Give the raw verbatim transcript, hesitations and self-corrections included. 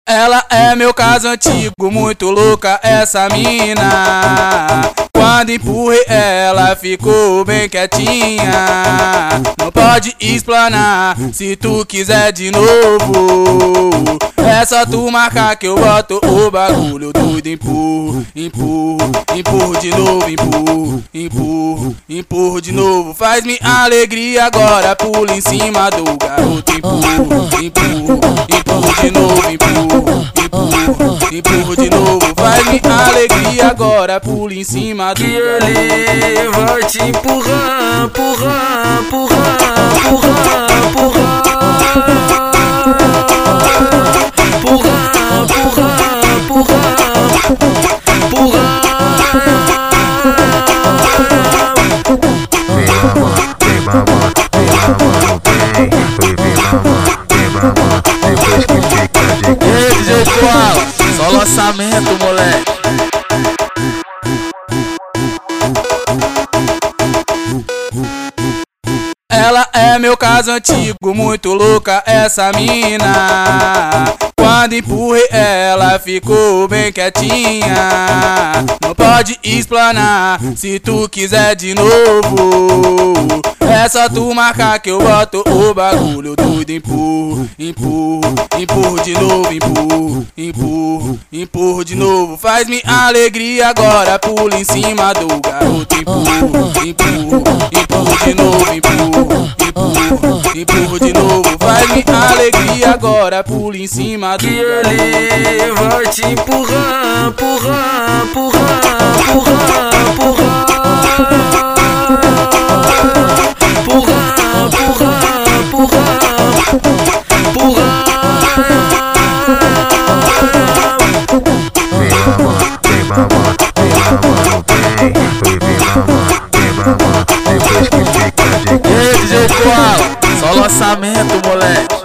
Ela é meu caso antigo, muito louca essa mina. Quando empurrei ela ficou bem quietinha. Não pode explanar se tu quiser de novo. É só tu marcar que eu boto o bagulho doido. Empurro, empurro, empurro de novo. Empurro, empurro, empurro de novo. Faz-me alegria agora, pula em cima do garoto. Empurro, empurro, empurro de novo. Empurro, empurro, empurro de novo. Faz-me alegria agora, pula em cima do que ele vai te empurrar, empurrar, empurrar, empurrar, empurrar, empurrar, empurrar, empurrar. Vem mamãe, vem mamãe, vem mamãe, vem, vem, vem mamãe, vem mamãe, depois que fica de quatro. Ei, D J Koala, só lançamento, moleque. Ela é meu caso antigo, muito louca essa mina. Quando empurrei ela ficou bem quietinha. Não pode explanar se tu quiser de novo. É só tu marcar que eu boto o bagulho doido. Empurro, empurro, empurro de novo. Empurro, empurro, empurro de novo. Faz-me alegria agora, pula em cima do garoto. Empurro, empurro, empurro de novo. Empurro, empurro, empurro de novo. Faz-me alegria agora, pula em cima do que ele vai te empurrar, empurrar, empurrar, empurrar, empurrar, empurrar, empurrar, empurrar. Vem mamãe, vem mamãe, vem mamãe, vem, vem, vem mamãe, vem mamãe, depois que fica de Ei, D J Koala, só lançamento, moleque.